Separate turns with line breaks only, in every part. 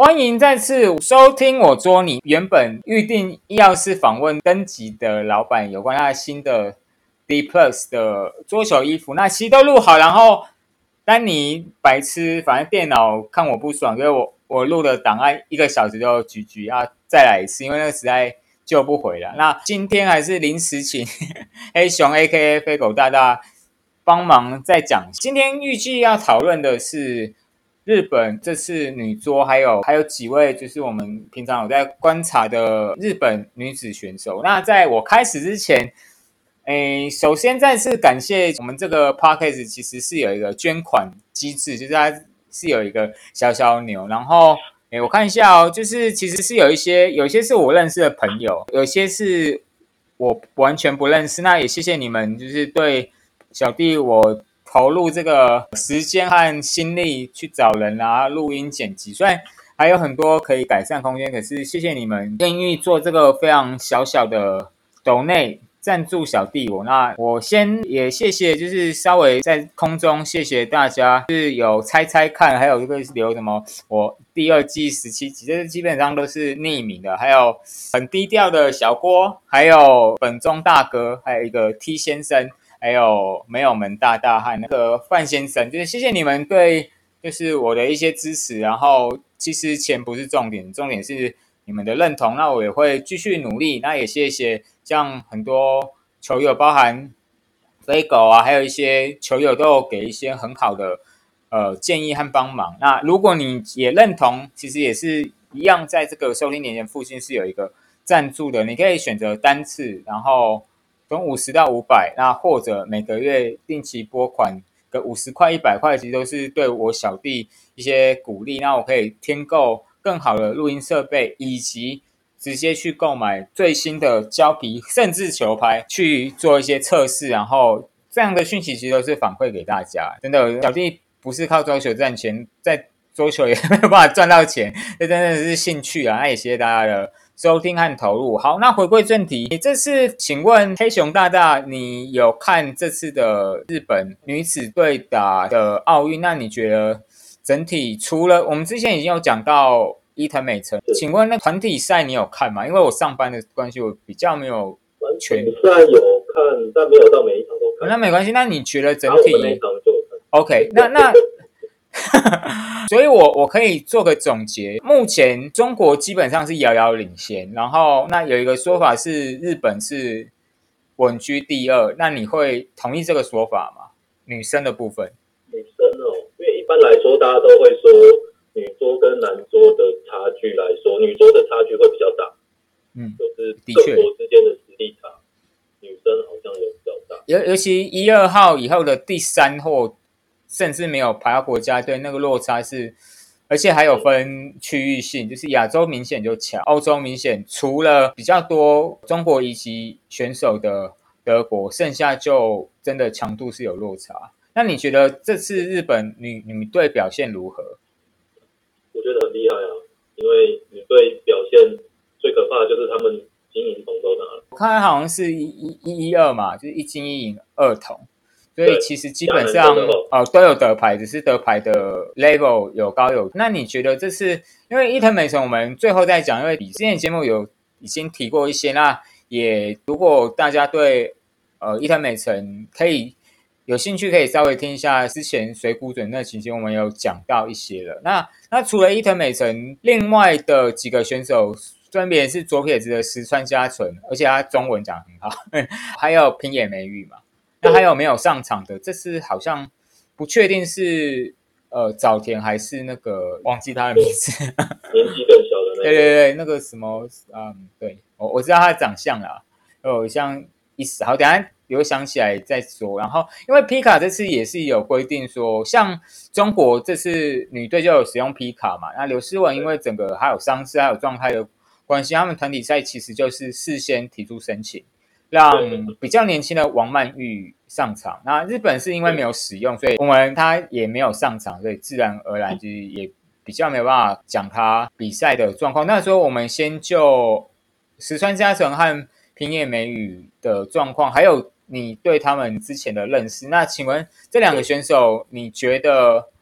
欢迎再次收听我捉你。原本预定要是访问登级的老板有关他的新的 D Plus 的桌球衣服，那其实都录好，然后丹尼白痴，反正电脑看我不爽，所以我录的档案1个小时就GG，要再来一次，因为那个实在救不回了。那今天还是临时请黑熊 AKA 飞狗大大帮忙再讲。今天预计要讨论的是日本这次女桌，还有几位就是我们平常有在观察的日本女子选手。那在我开始之前，首先再次感谢我们这个 podcast 其实是有一个捐款机制，就是它是有一个小小钮，然后我看一下哦，就是其实是有一些是我认识的朋友，有些是我完全不认识。那也谢谢你们，就是对小弟我投入这个时间和心力去找人啊，录音剪辑，虽然还有很多可以改善空间，可是谢谢你们愿意做这个非常小小的抖内赞助小弟我。那我先也谢谢，就是稍微在空中谢谢大家，是有猜猜看，还有一个留什么我第2季17集，这基本上都是匿名的，还有很低调的小郭，还有本中大哥，还有一个 T 先生，还有没有门大大和那个范先生，就是谢谢你们对就是我的一些支持。然后其实钱不是重点，重点是你们的认同，那我也会继续努力。那也谢谢像很多球友，包含飞狗啊，还有一些球友都有给一些很好的建议和帮忙。那如果你也认同，其实也是一样，在这个收听连结附近是有一个赞助的，你可以选择单次，然后从50到500，那或者每个月定期拨款个50块、100块，其实都是对我小弟一些鼓励。那我可以添购更好的录音设备，以及直接去购买最新的胶皮，甚至球拍去做一些测试，然后这样的讯息其实都是反馈给大家。真的，小弟不是靠桌球赚钱，在桌球也没有办法赚到钱，这真的是兴趣啊！那也谢谢大家的收听和投入。好，那回归正题，这次请问黑熊大大，你有看这次的日本女子对打的奥运？那你觉得整体除了我们之前已经有讲到伊藤美诚，请问那团体赛你有看吗？因为我上班的关系，我比较没有全。
团体赛有看，但没有到每一场都看。
那没关系，那你觉得整体
然后我们那一场就看
OK？那所以我可以做个总结，目前中国基本上是遥遥领先，然后那有一个说法是日本是稳居第2，那你会同意这个说法吗？女生的部分，
女生哦，因为一般来说大家都会说女桌跟男桌的差距来说，女桌的差距会比较大，就是各国之间的实力差，女生好像有比较大，
尤其1、2号以后的第3或甚至没有排到国家队，那个落差是，而且还有分区域性，就是亚洲明显就强，欧洲明显除了比较多中国乙级选手的德国，剩下就真的强度是有落差。那你觉得这次日本女队表现如何？
我觉得很厉害啊，因为女队表现最可怕的就是他们金银铜都拿了。
我看好像是112嘛，就是1金1银2铜。所以其实基本上都有得牌，只是得牌的 level 有高有。那你觉得这是因为伊藤美诚，我们最后再讲，因为之前节目有已经提过一些，那也如果大家对伊藤美诚可以有兴趣，可以稍微听一下之前水谷隼那期间我们有讲到一些了。那除了伊藤美诚，另外的几个选手分别是左撇子的石川佳纯，而且他中文讲很好，还有平野美宇嘛。那还有没有上场的？这次好像不确定是早田还是那个忘记他的名字，
年纪更小的那个。
对，那个什么对，我知道他的长相啦，像一时好，等一下有想起来再说。然后因为皮卡这次也是有规定说，像中国这次女队就有使用皮卡嘛，那刘诗雯因为整个还有伤势还有状态的关系，他们团体赛其实就是事先提出申请。让比较年轻的王曼玉上场，那日本是因为没有使用，所以他也没有上场，所以自然而然就是也比较没有办法讲他比赛的状况。那时候我们先就石川佳纯和平野美宇的状况，还有你对他们之前的认识，那请问这2个选手，你觉得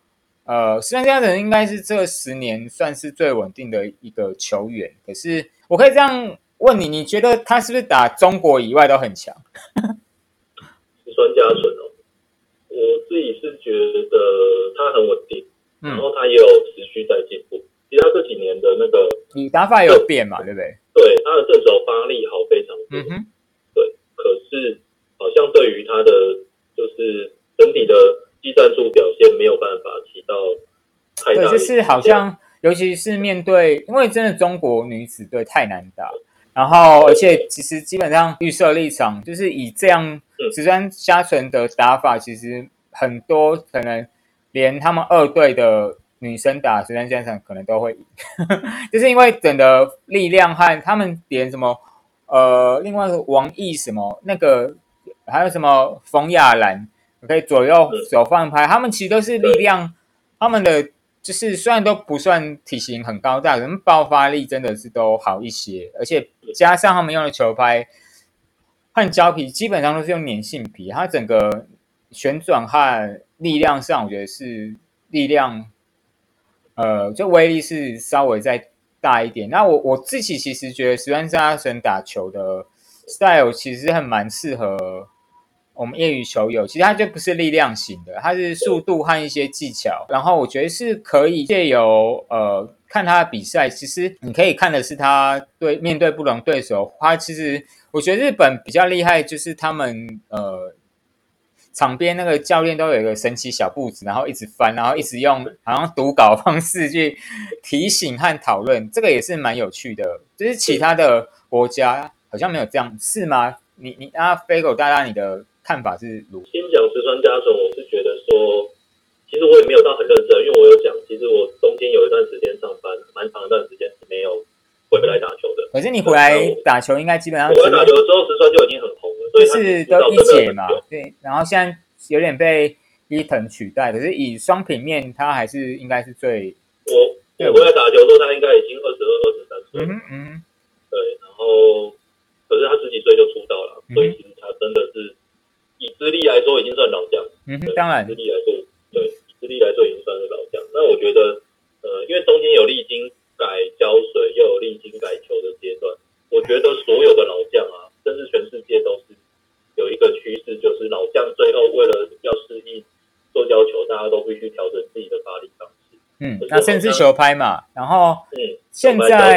石川佳纯应该是这10年算是最稳定的一个球员。可是我可以这样问你，你觉得他是不是打中国以外都很强？
石川佳纯哦，我自己是觉得他很稳定，然后他也有持续在进步。其实他这几年的那个
你打法也有变嘛，对不对？
对，他的正手发力好非常多。对，可是好像对于他的就是整体的技战术表现没有办法起到太大的。
对，就是好像尤其是面对，因为真的中国女子队太难打，然后而且其实基本上预设立场就是以这样石川佳纯的打法，其实很多可能连他们2队的女生打石川佳纯可能都会赢，就是因为整个力量和他们连什么另外一个王毅什么那个还有什么冯亚兰可以左右手放拍，他们其实都是力量，他们的就是虽然都不算体型很高大，可是爆发力真的是都好一些，而且加上他们用的球拍和胶皮基本上都是用粘性皮，它整个旋转和力量上，我觉得是力量，就威力是稍微再大一点。那我自己其实觉得石川佳纯打球的 style 其实很蛮适合我们业余球友，其实他就不是力量型的，他是速度和一些技巧，然后我觉得是可以借由看他的比赛，其实你可以看的是他面对不同对手，他其实我觉得日本比较厉害，就是他们场边那个教练都有一个神奇小步子，然后一直翻，然后一直用好像读稿方式去提醒和讨论，这个也是蛮有趣的。就是其他的国家好像没有这样，是吗？你飞狗大大，你的看法是如何？
先讲石川佳纯，我是觉得说，其实我也没有到很认真，因为我有讲，其实我中间有一段时间上班，蛮长一段时间是没有回来打球的。
可是你回来打球，应该基本上
我回来打球的时候，石川就已经很红了，所以
就是都一姐嘛，对。然后现在有点被伊藤取代，可是以双平面，他还是应该是最。
我回来打球的时候，他应该已经22、23岁。对，然后可是他10几岁就出道了，所以其实他真的是以资历来说已经算老将。
当然，
资历来说，对，以资历来说已经算是老将。那我觉得，因为中间有历经改胶水，又有历经改球的阶段，我觉得所有的老将啊，甚至全世界都是有一个趋势，就是老将最后为了要适应做胶球，大家都必须调整自己的发力方式。
那甚至球拍嘛，然后现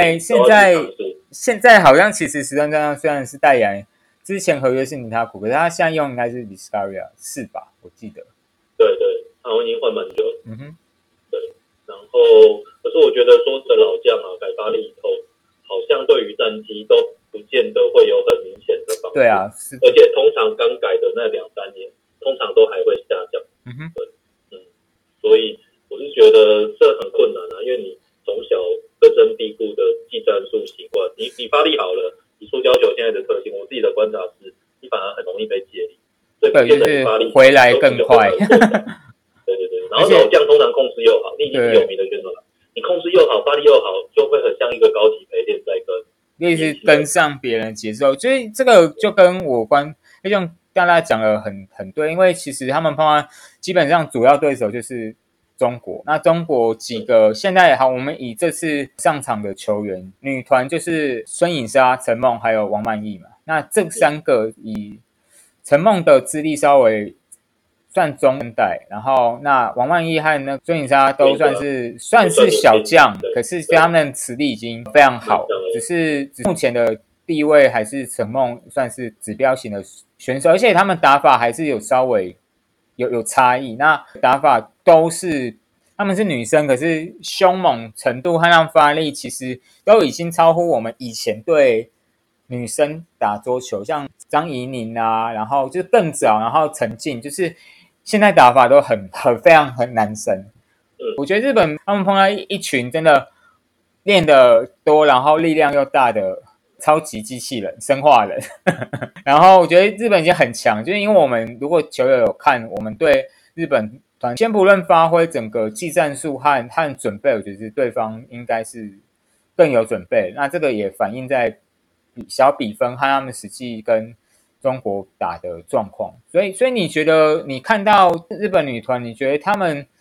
在好像其实石川佳纯虽然是代言，之前合约是尼塔库，可是他现在用应该是 Viscaria 是吧？我记得。
对，他已经换蛮久了。对，然后可是我觉得说的老将啊，改发力以后，好像对于战绩都不见得会有很明显的帮助。
对啊，
而且通常刚改的那2-3年，通常都还会下降。对，所以我是觉得这很困难啊，因为你从小根深蒂固的技战术习惯，你发力好了，你塑胶球现在的特性，我自己的观察是，你反而很容易被借力，所以变得你发力
回来更快。
对，然后老将通常控制又好，你已经是有名的选手了，你控制又好，发力又好，就会很像一个高级陪练在
一直跟上别人的节奏，所以这个就跟就像大家讲的很对，因为其实他们碰到基本上主要对手就是中国，那中国几个现在好，我们以这次上场的球员，女团就是孙颖莎、陈梦还有王曼艺嘛，那这3个以陈梦的资历稍微算中代，然后那王曼艺和那孙颖莎都算是小将，可是他们的实力已经非常好，只是目前的地位还是陈梦算是指标型的选手，而且他们打法还是有稍微有差异。那打法都是他们是女生，可是凶猛程度和让发力其实都已经超乎我们以前对女生打桌球，像张怡宁啊，然后就是更早，然后陈静，就是现在打法都非常很男生。我觉得日本他们碰到一群真的练得多，然后力量又大的超级机器人、生化人。然后我觉得日本已经很强，就是因为我们如果球友有看，我们对日本团先不论发挥整个技战术和准备，我觉得对方应该是更有准备。那这个也反映在小比分和他们实际跟中国打的状况。所以你觉得你看到日本女团，你觉得他们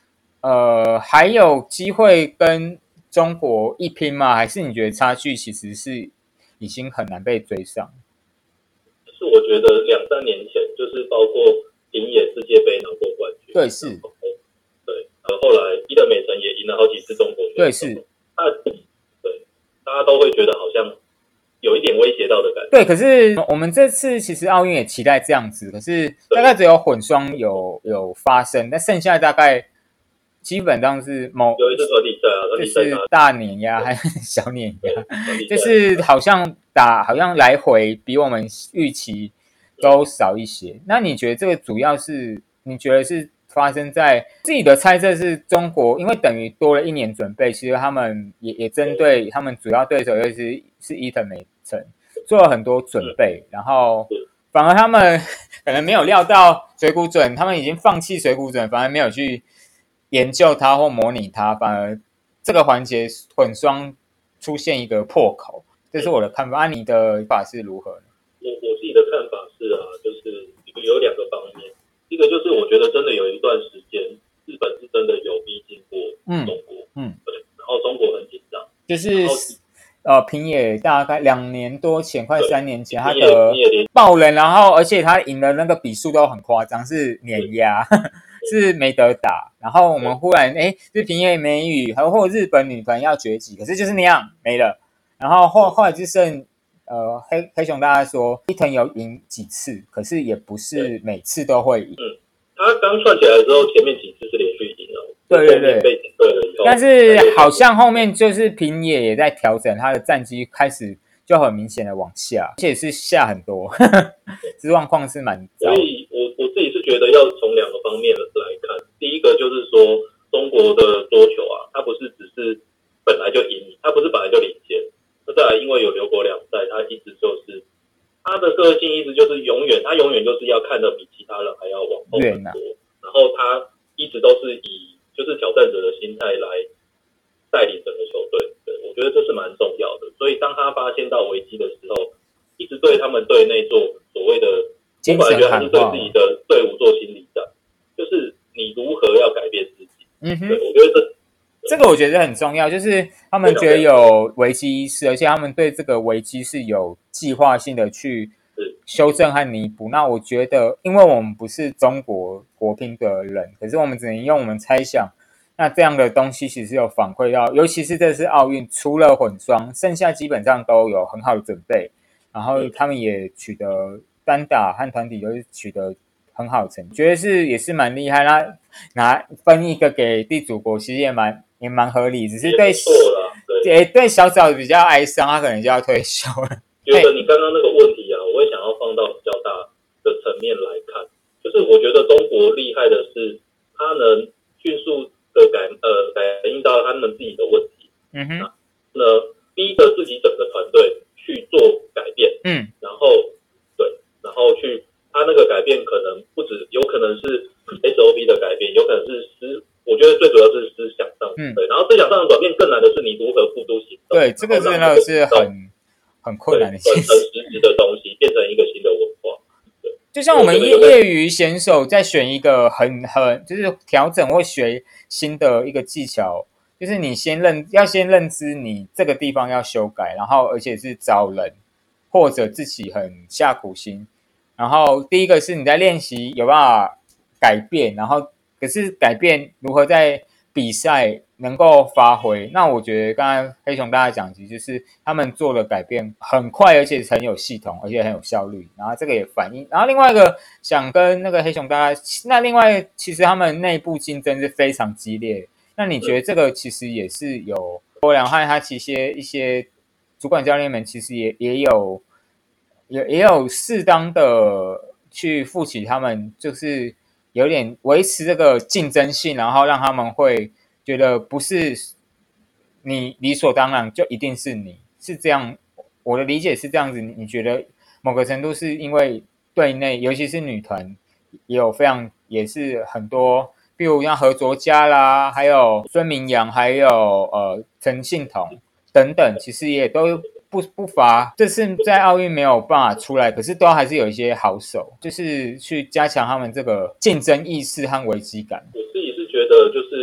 还有机会跟中国一拼吗？还是你觉得差距其实是已经很难被追上？
是我觉得2-3年前，就是包括平野世界杯拿过冠军，
对是，
对，后来伊藤美诚也赢了好几次中国选手，
对是，
对，大家都会觉得好像有一点威胁到的感觉。
对，可是我们这次其实奥运也期待这样子，可是大概只有混双有发生，但剩下大概基本上是
有一次团体赛啊，
就是大碾压还是小碾压，就是好像来回比我们预期都少一些。那你觉得这个主要是你觉得是发生在自己的猜测是中国，因为等于多了1年准备，其实他们也针对他们主要对手，尤其是伊藤美诚做了很多准备，然后反而他们可能没有料到水谷隼，他们已经放弃水谷隼，反而没有去研究它或模拟它，反而这个环节混双出现一个破口，这是我的看法。你的看法是如何呢？
我自己的看法是啊，就是有2个方面，一个就是我觉得真的有一段时间，日本是真的有逼近过中国，对，然后中国很紧张，
就是平野大概2年多前，快3年前，他的爆冷，然后而且他赢的那个比数都很夸张，是碾压，是没得打。然后我们忽然是平野美宇，还或日本女团要崛起，可是就是那样没了。然后后来就剩黑熊大家说伊藤有赢几次，可是也不是每次都会赢。
他刚串起来的时候，前面几次是连续赢了，
对，
被顶对了以后，
但是好像后面就是平野也在调整他的战绩，开始就很明显的往下，而且是下很多，这状况是蛮糟。
所以我自己是觉得要从2个方面来看，第一个就是说中国的桌球啊，它不是只是本来就赢，它不是本来就领先，那再来因为有刘国梁在，他一直就是他的个性一直就是永远就是要看得比其他人还要往后很多，然后他一直都是以就是挑战者的心态来带领整个球队，对，我觉得这是蛮重要的。所以当他发现到危机的时候，一直对他们队内做所谓的，我本来觉得他是对自己的队伍做心理战，就是你如何要改变自己。对，我觉得
这个我觉得很重要，就是他们觉得有危机意识，而且他们对这个危机是有计划性的去修正和弥补。那我觉得，因为我们不是中国国乒的人，可是我们只能用我们猜想。那这样的东西其实有反馈到，尤其是这次奥运，除了混双，剩下基本上都有很好的准备，然后他们也取得单打和团体都是取得很好的成绩，觉得也是蛮厉害。那拿分一个给地主国，其实也蛮合理，只是对小枣比较哀伤，他可能就要退休了。
觉得你刚刚那个问题啊，我会想要放到比较大的层面来看，就是我觉得中国厉害的是，他能迅速的感应到他们自己的问题，逼着自己整个团队去做改变，然后去他那个改变可能不止，有可能是 SOP 的改变，有可能是我觉得最主要是思想上，对，然后思想上的转变更难的是你如何付诸行动，
对，这个真的是很困难的事情，
很实质的东西变成一个新的文化。
就像我们业余选手在选一个就是调整或学新的一个技巧，就是你要先认知你这个地方要修改，然后而且是找人或者自己很下苦心。然后第一个是你在练习有办法改变，然后可是改变如何在比赛能够发挥，那我觉得刚才黑熊大家讲，其实就是他们做的改变很快，而且很有系统，而且很有效率。然后这个也反映，然后另外一个想跟那个黑熊大家，那另外其实他们内部竞争是非常激烈。那你觉得这个其实也是有郭良汉他其实一些主管教练们其实也有适当的去负起他们就是有点维持这个竞争性，然后让他们会觉得不是你理所当然就一定是你，是这样。我的理解是这样子，你觉得某个程度是因为队内尤其是女团也是很多，比如像何卓佳啦，还有孙明阳，还有陈信彤等等，其实也都不乏，这次在奥运没有办法出来，可是都还是有一些好手，就是去加强他们这个竞争意识和危机感。
我自己是觉得，就是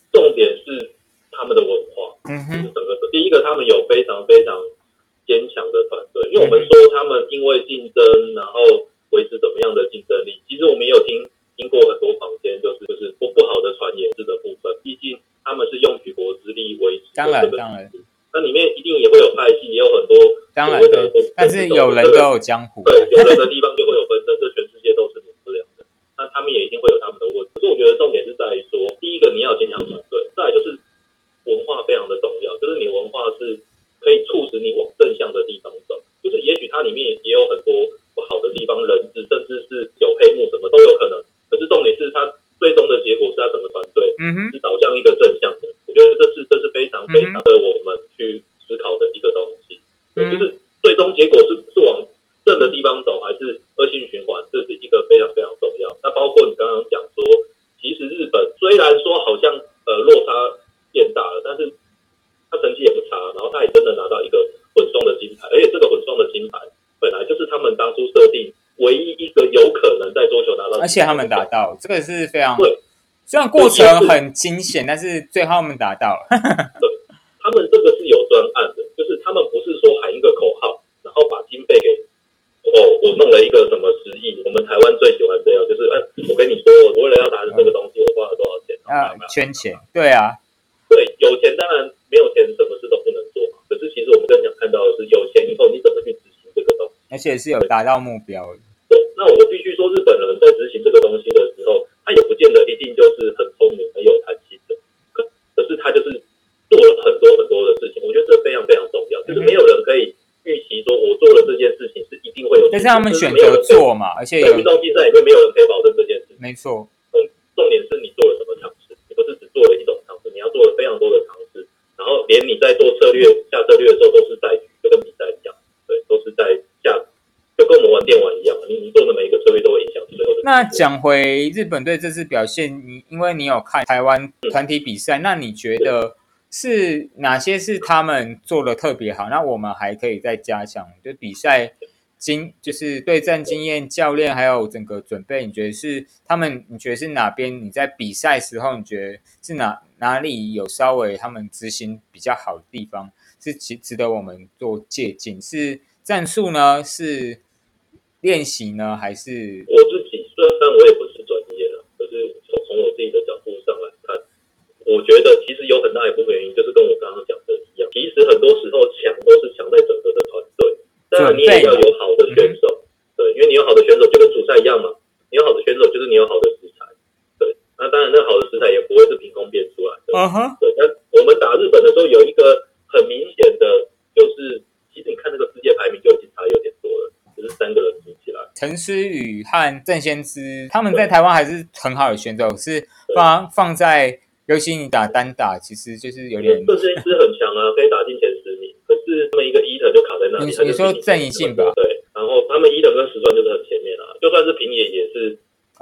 重点是他们的文化，就是整个第一个他们有非常非常坚强的团队，因为我们说他们因为竞争，然后维持怎么样的竞争力，其实我们也有听过很多坊间就是不好的传言的部分，毕竟他们是用举国之力维持这个
当然，
那里面一定也会有派系，也有很多
当然对，但是有人都有江湖，
对，有人的地方就会有纷争，这全世界都是免不了的。那他们也一定会有他们的问题。可是我觉得重点是在于说，第一个你要坚强团队，再来就是文化非常的重要，就是你文化是可以促使你往正向的地方走。就是也许它里面也有很多不好的地方，人质甚至是有黑幕什么都有可能。可是重点是它最终的结果是它整个团队是导向一个正向的。我觉得这是非常非常的我们去思考的一个东西。就是最终结果是往正的地方走，还是恶性循环，这是一个非常非常重要。那包括你刚刚讲说，其实日本虽然说好像落差变大了，但是他成绩也不差，然后他也真的拿到一个混双的金牌，而且这个混双的金牌本来就是他们当初设定唯一一个有可能在桌球拿到金牌，
而且他们达到，这个是非常对。虽然过程很惊险，但是最后他们达到了。
对，他们这个是有专案的，就是他们不是说喊一个口号，然后把经费给我弄了一个什么10亿，我们台湾最喜欢这样，就是我跟你说，我为了要达成这个东西，我花了多少钱？
圈钱，对啊，
对，有钱当然没有钱什么事都不能做嘛。可是其实我们更想看到的是，有钱以后你怎么去执行这个东西，
而且是有达到目标的。
对，那我必须说，日本人在执行这个东西的时候，他也不见得一定就是很聪明、很有弹性的，可是他就是做了很多很多的事情。我觉得这非常非常重要，就是没有人可以预期说我做了这件事情是一定会有，
但是他们选择做嘛，而且
在运动比赛里面没有人可以保证这件事。
没错，
重点是你做了什么尝试，你不是只做了一种尝试，你要做了非常多的尝试，然后连你在做策略下策略的时候都是在局，就跟比赛一样，对，都是在下，就跟我们玩电玩一样，你做的每一个策略都会影响最后的。
那讲回日本队这次表现，因为你有看台湾团体比赛，那你觉得是哪些是他们做的特别好？那我们还可以再加强，就比赛就是对战经验、教练还有整个准备，你觉得是他们？你觉得是哪边？你在比赛时候，你觉得是哪里有稍微他们执行比较好的地方，是值得我们做借鉴？是战术呢？是练习呢？还是
我自己虽然我也不是专业的，可是从我自己的角度上来看，我觉得其实有很大一部分原因就是跟我刚刚讲的一样，其实很多时候强都是强在整个的团队。当然你也要有好的选手，对，因为你有好的选手就跟主赛一样嘛，你有好的选手就是你有好的食材，对，那当然那好的食材也不会是凭空变出来的，对。那我们打日本的时候有一个很明显的，就是其实你看那个世界排名就已经差有点多了，就是3个人组起来，
陈思宇和郑先知他们在台湾还是很好的选手，是放在。尤其你打单打，其实就是有点。
郑先知很强啊，可以打进前10名。可是他们一个伊藤就卡在那里。
你说郑怡信吧？
对，然后他们伊藤跟石川就是很前面啊，就算是平野也是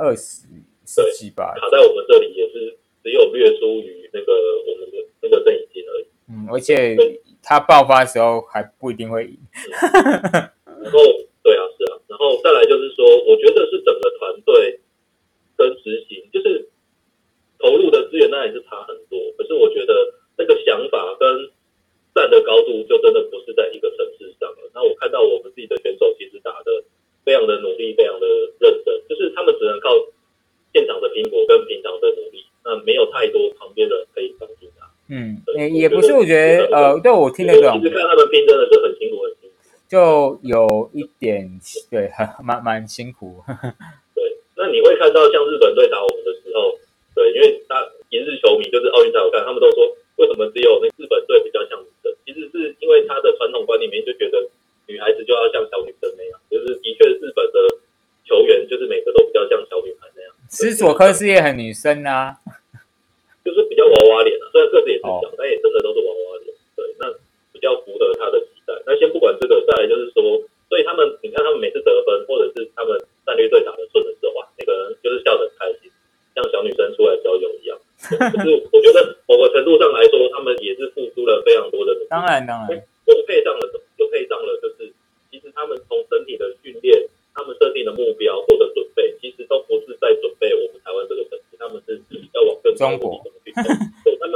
20几吧，
卡在我们这里也是只有略输于那个我们的那个郑怡信而已。
而且他爆发的时候还不一定会赢。
然后对啊，是啊，然后再来就是说，我觉得是整个团队跟执行，就是投入的资源当然是差很多，可是我觉得那个想法跟站的高度就真的不是在一个层次上了。那我看到我们自己的选手其实打的非常的努力，非常的认真，就是他们只能靠现场的拼搏跟平常的努力，那没有太多旁边的可以帮助他。
也不是，我觉得对我听得懂。
其实看他们拼真的是很辛苦，很辛苦，
就有一点对，蛮辛苦。
对，那你会看到像日本队打我们的时候。对，因为一日球迷就是奥运才有看，他们都说为什么只有那日本队比较像女生？其实是因为他的传统观念里面就觉得女孩子就要像小女生那样，就是的确日本的球员就是每个都比较像小女孩那样。斯
佐科斯也很女生啊，
就是比较娃娃脸啊，虽然个子也是小，但也真的都是娃娃脸。对，那比较符合他的期待。那先不管这个，再来就是说，所以你看他们每次得分，或者是他们战略队打得顺的时候，哇，每个人就是笑得很开心。像小女生出来交友一样，可是我觉得某个程度上来说，他们也是付出了非常多的努力。
当然，
有配上了，就是其实他们从身体的训练，他们设定的目标或者准备，其实都不是在准备我们台湾这个层级，他们是要往更高的地方去走。那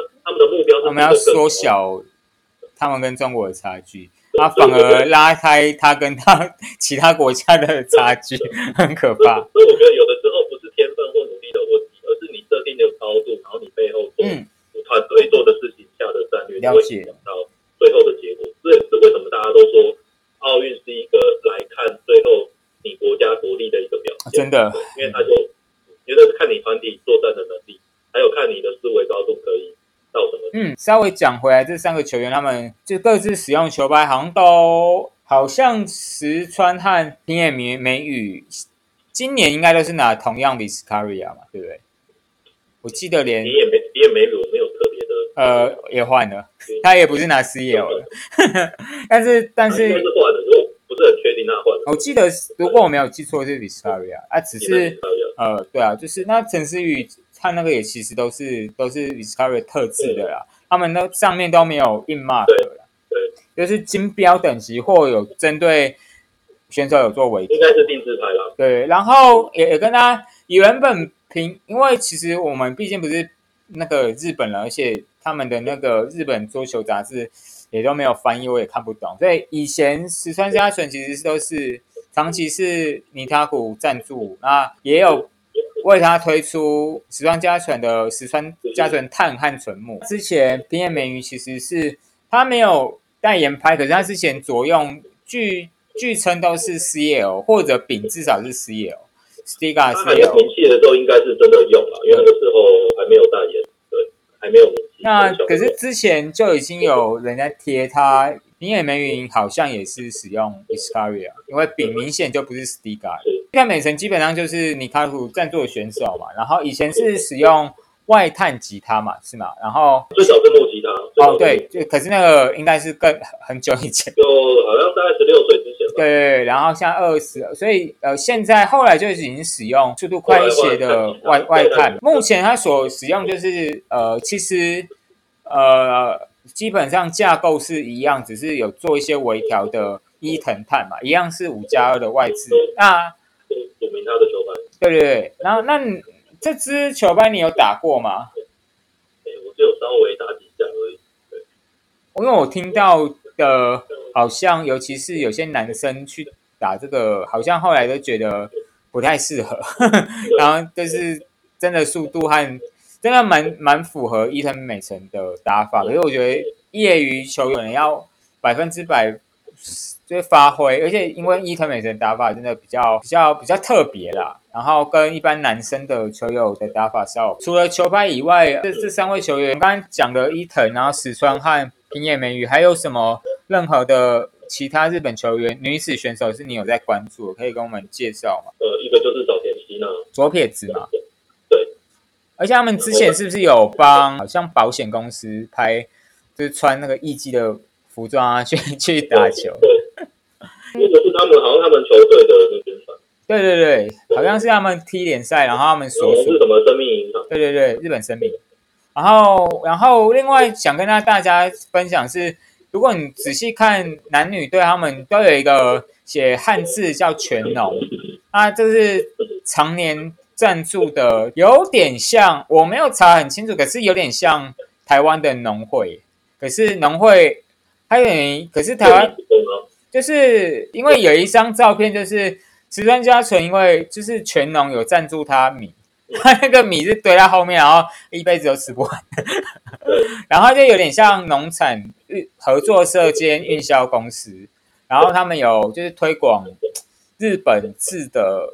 们要缩小他们跟中国的差距，他反而拉开他跟他其他国家的差距，很可怕。
所以我觉得有的时候不是天分或努力的问题，而是你设定的高度，然后你背后做团队做的事情下的战略，
了解
到最后的结果。这也是为什么大家都说奥运是一个来看最后你国家国力的一个表现，
真的，
因为他就觉得看你团体作战的能力，还有看你的思维高度可以到什么。
稍微讲回来，这3个球员他们就各自使用球拍，好像石川和平野美宇今年应该都是拿同样 Viscaria 嘛，对不对？我记得连
平野美宇没有特别的，
也换了，他也不是拿 CL 了，但是
应该是换了，我不是很确定他换了。
我记得如果我没有记错是 Viscaria 啊，只是对啊，就是那陈思宇和那个也其实都是 Viscaria 特制的啦，他们那上面都没有印 mark 啦，就是金标等级或有针对选手有做微调，
应该是定制牌啦。
对，然后也跟他原本因为其实我们毕竟不是那个日本人，而且他们的那个日本桌球杂志也都没有翻译，我也看不懂。所以以前石川佳纯其实都是长期是尼塔古赞助，那也有为他推出石川佳纯的石川佳纯碳和纯木。之前平野美宇其实是他没有代言拍，可是他之前着用据称都是 CL 或者丙至少是 CL。Stiga
他还没有名气的时候，应该是真的用了，因为那个时候还没有代言，对，还没有名气。
那可是之前就已经有人在贴他，平野美宇好像也是使用 Viscaria， 因为丙明显就不是 Stiga。看美神基本上就是尼卡图赞助的选手嘛，然后以前是使用外碳吉他嘛，是吗？然后
最早是木吉他。
对，可是那个应该是很久以前，
就好像大概16岁之前吧。
对，然后像20，所以现在后来就已经使用速度快一些的外碳。目前它所使用就是其实基本上架构是一样，只是有做一些微调的伊藤碳嘛，一样是5+2的外置。那
署名他的球拍。
对，然后那这支球拍你有打过吗？
我只有稍微打几下而已。
因为我听到的，好像尤其是有些男生去打这个，好像后来都觉得不太适合，然后就是真的速度和真的蛮符合伊藤美诚的打法，可是我觉得业余球员要100%就是发挥，而且因为伊藤美诚打法真的比较特别啦，然后跟一般男生的球友的打法稍有，除了球拍以外，这3位球员刚刚讲的伊藤，然后石川和平野美宇，还有什么任何的其他日本球员、女子选手是你有在关注，可以跟我们介绍吗？
一个就是早田希娜，
左撇子嘛，
对。
而且他们之前是不是有帮好像保险公司拍，就是穿那个艺伎的服装啊，去打球？
对，那个是他们球队的那宣传。
对，好像是他们踢联赛，然后他们所属
是什么生命银行？
对，日本生命。然后另外想跟大家分享是，如果你仔细看男女队，他们都有一个写汉字叫全农，这是常年赞助的，有点像，我没有查很清楚，可是有点像台湾的农会。可是农会可是台湾就是因为有一张照片，就是石川佳纯，因为就是全农有赞助他米。他那个米是堆在后面，然后一辈子都吃不完，然后就有点像农产合作社兼运销公司，然后他们有就是推广日本制的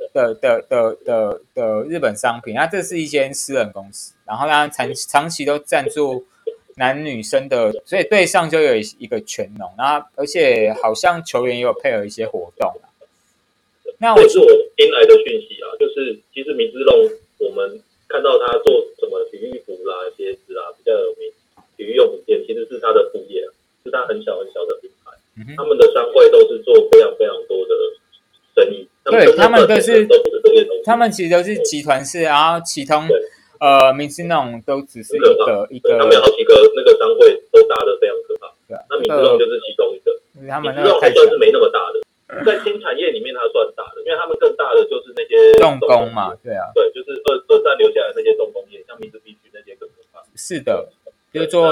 日本商品，那这是一间私人公司，然后他长期都赞助男女生的，所以队上就有一个全农，然后而且好像球员也有配合一些活动。
那这是我听来的讯息啊，就是其实米之龙。我们看到他做什么体育服啦、鞋子啦，比较有名体育用品店，其实是他的副业，是他很小的品牌。他们的商会都是做非常非常多的生意。
对，他们其实都是集团式，然后其中明星那种都只是一个。
他们有好几个那个商会都大的非常可怕。那米之龙就是其中一个。
他们
米之龙还算是没那么大的。在新产业里面，它算大的，因为他们更大的就是那些
重工嘛，对啊，
对，就是二战留下来那些重工业，像Mitsubishi那些更可怕。
是的，就是做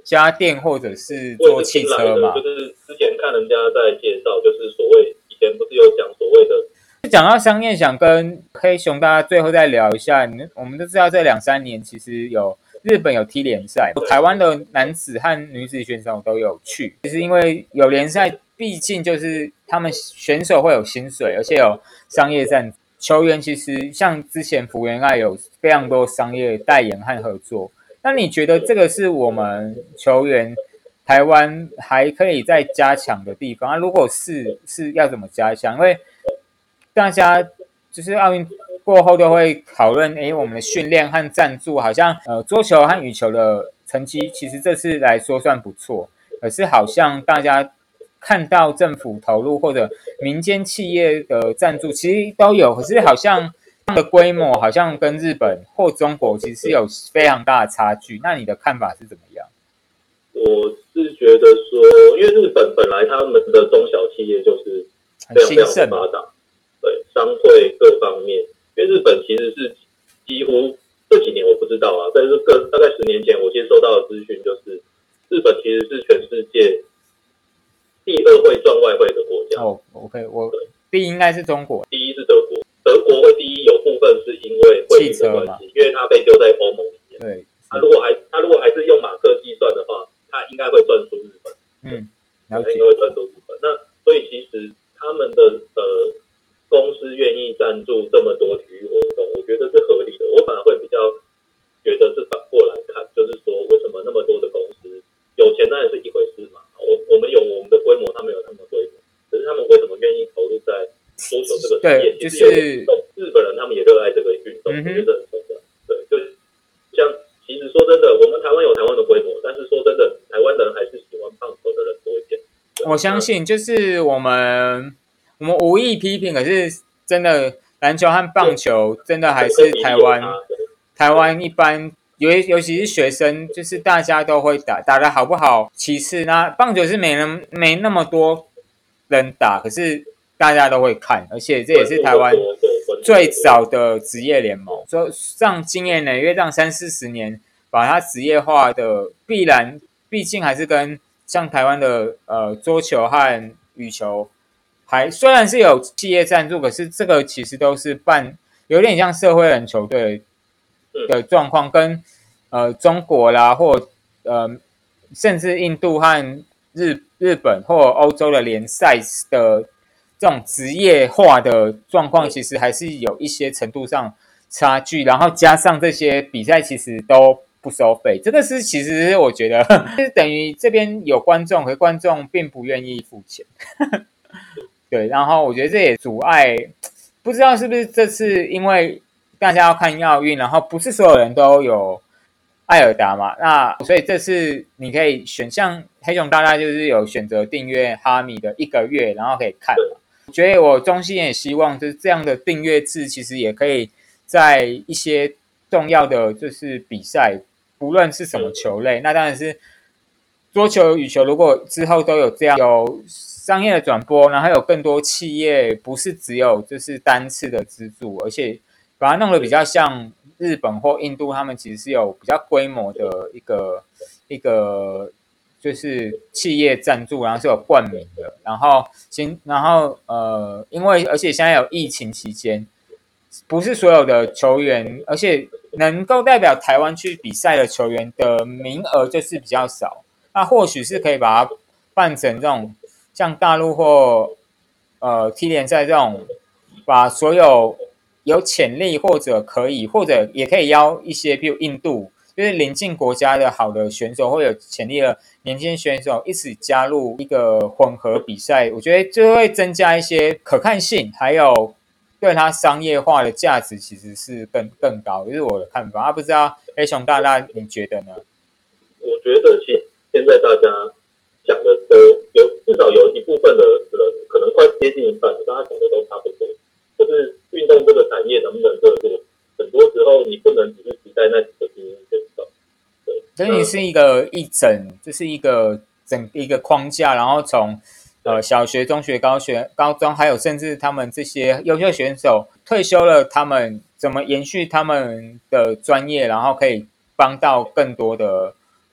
家电或者是做汽车嘛。
就是之前看人家在介绍，就是所谓以前不是有讲所谓的。
讲到商业，想跟黑熊大家最后再聊一下。我们都知道这2-3年其实日本有踢联赛，台湾的男子和女子选手都有去。其实因为有联赛，毕竟就是他们选手会有薪水，而且有商业赞助。球员其实像之前福原爱有非常多商业代言和合作。那你觉得这个是我们球员台湾还可以再加强的地方？如果是要怎么加强？因为大家就是奥运过后都会讨论，我们的训练和赞助好像桌球和羽球的成绩其实这次来说算不错，可是好像大家看到政府投入或者民间企业的赞助其实都有，可是好像的规模好像跟日本或中国其实有非常大的差距。那你的看法是怎么样？
我是觉得说，因为日本本来他们的中小企业就是非常非常发达。对，商会各方面，因为日本其实是几乎这几年我不知道啊，但是大概10年前我接收到的资讯就是，日本其实是全世界第2会赚外汇的国家。
OK， 第一应该是中国，
第一是德国，德国会第一有部分是因为汇率的关系，因为它被丢在欧盟里面。
对，
他如果还是用马克计算的话，他应该会赚出日本。
了解，
应该会赚出日本。那所以其实他们的公司愿意赞助这么多体育活动，我觉得是合理的。我反而会比较觉得是反过来看，就是说为什么那么多的公司有钱当然是一回事嘛，我们有我们的规模，他们有他们的规模，可是他们为什么愿意投入在桌球这个事业？
对，就是
日本人他们也热爱这个运动，我觉得很重要。对，就像其实说真的，我们台湾有台湾的规模，但是说真的，台湾人还是喜欢棒球的人多一点。
我相信就是我们无意批评，可是真的篮球和棒球真的还是台湾一般尤其是学生，就是大家都会打得好不好其次，那棒球是没那么多人打，可是大家都会看，而且这也是台湾最早的职业联盟，说让经验累月，让30-40年把它职业化的必然，毕竟还是跟像台湾的桌球和羽球。虽然是有企业赞助，可是这个其实都是有点像社会人球队的状况，跟中国啦，或甚至印度和日本或欧洲的联赛的这种职业化的状况，其实还是有一些程度上差距。然后加上这些比赛其实都不收费，这个其实是我觉得就是等于这边有观众，可观众并不愿意付钱。对，然后我觉得这也阻碍，不知道是不是这次因为大家要看奥运，然后不是所有人都有艾尔达嘛，那所以这次你可以选，像黑熊大大就是有选择订阅哈米的1个月，然后可以看嘛。我觉得我衷心也希望就是这样的订阅制，其实也可以在一些重要的就是比赛，不论是什么球类，那当然是桌球、羽球，如果之后都有这样有商业的转播，然后有更多企业，不是只有就是单次的资助，而且把它弄得比较像日本或印度，他们其实是有比较规模的一个就是企业赞助，然后是有冠名的，然后因为而且现在有疫情期间，不是所有的球员，而且能够代表台湾去比赛的球员的名额就是比较少，那或许是可以把它办成这种。像大陆或踢联赛这种，把所有有潜力或者也可以邀一些，比如印度，就是邻近国家的好的选手或有潜力的年轻选手一起加入一个混合比赛，我觉得就会增加一些可看性，还有对它商业化的价值其实是更高，这是我的看法。不知道黑熊大大你觉得呢？
我觉得现在大家讲的都至少有一部分的人，可能快接近一半，大家讲的都差不多。就是运动这个产业能不能热络，很多时候你不能只是期待那几个精英选手。对，
所以你是就是一个框架，然后从小学、中学、高中，还有甚至他们这些优秀选手退休了，他们怎么延续他们的专业，然后可以帮到更多的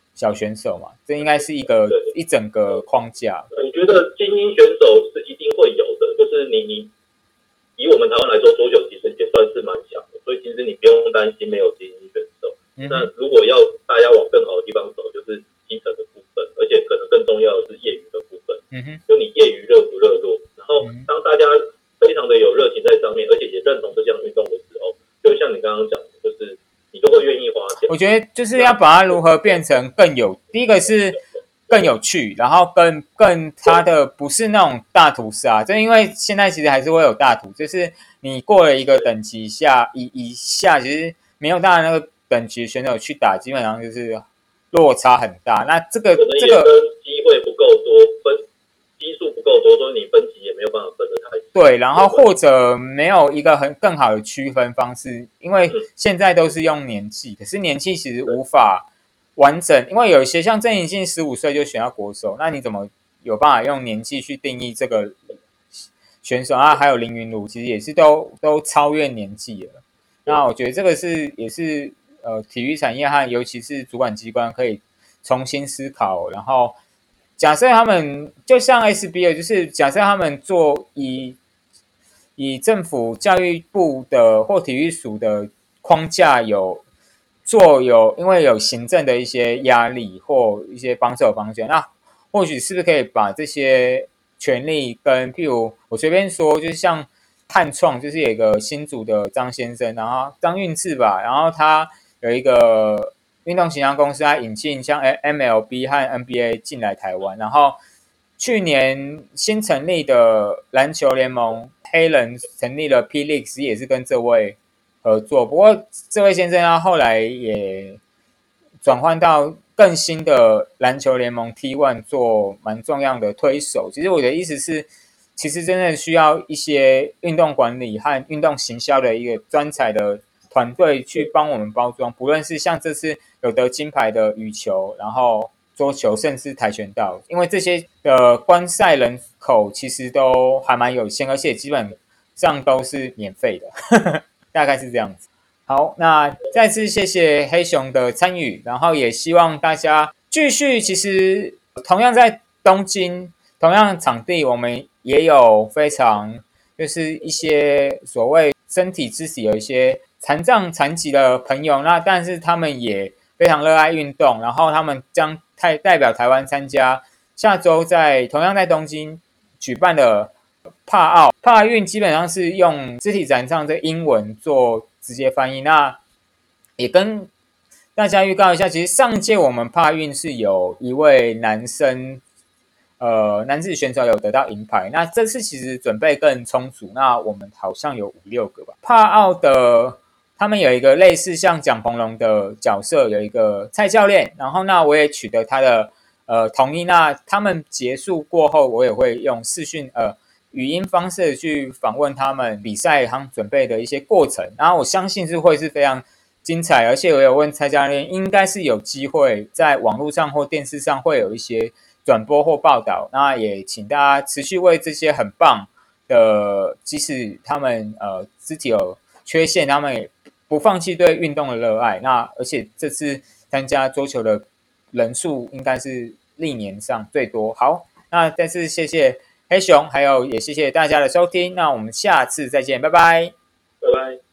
小选手嘛，这应该是一整个框架。
我觉得精英选手是一定会有的，就是你以我们台湾来说，桌球其实也算是蛮强的，所以其实你不用担心没有精英选手。那如果要大家往更好的地方走，就是基层的部分，而且可能更重要的是业余的部分。就你业余热不热络，然后当大家非常的有热情在上面，而且也认同这项运动的时候，就像你刚刚讲的，就是你就会愿意花钱。
我觉得就是要把它如何变成第一个是更有趣，然后更它的不是那种大屠杀，就因为现在其实还是会有大屠，就是你过了一个等级以下，其实没有到那个等级选手去打，基本上就是落差很大。那这个
机会不够多，基数不够多，所以你分级也没有办法分得太
对，然后或者没有一个更好的区分方式，因为现在都是用年纪，可是年纪其实无法完整，因为有一些像郑怡静15岁就选到国手，那你怎么有办法用年纪去定义这个选手啊？还有林昀儒其实也是都超越年纪了。那我觉得这个也是体育产业和尤其是主管机关可以重新思考，然后假设他们就像 SBA， 就是假设他们以政府教育部的或体育署的框架因为有行政的一些压力或一些帮手方向，那或许是不是可以把这些权利跟譬如我随便说，就是像汉创，就是有一个新竹的张先生，然后张运志吧，然后他有一个运动形象公司，他引进像 MLB 和 NBA 进来台湾，然后去年新成立的篮球联盟黑人成立了 P-League， 也是跟这位合作。不过这位先生他后来也转换到更新的篮球联盟 T1 做蛮重要的推手。其实我的意思是，其实真的需要一些运动管理和运动行销的一个专才的团队去帮我们包装，不论是像这次有得金牌的羽球，然后桌球，甚至跆拳道，因为这些的观赛人口其实都还蛮有限，而且基本上都是免费的，大概是这样子。好，那再次谢谢黑熊的参与，然后也希望大家继续。其实同样在东京，同样场地，我们也有非常就是一些所谓身体肢体有一些残障残疾的朋友，那但是他们也非常热爱运动，然后他们将代表台湾参加下周同样在东京举办的帕运，基本上是用肢体残障的英文做直接翻译。那也跟大家预告一下，其实上届我们帕运是有一位男子选手有得到银牌，那这次其实准备更充足，那我们好像有5-6个吧。帕奥的他们有一个类似像蒋鹏龙的角色，有一个蔡教练，然后那我也取得他的同意，那他们结束过后，我也会用视讯语音方式去访问他们比赛他们准备的一些过程，然后我相信会是非常精彩，而且我有问蔡教练，应该是有机会在网络上或电视上会有一些转播或报道，那也请大家持续为这些很棒的，即使他们肢体有缺陷，他们也不放弃对运动的热爱。那而且这次参加桌球的人数应该是历年上最多。好，那再次谢谢黑熊，还有也谢谢大家的收听，那我们下次再见，拜拜，
拜拜。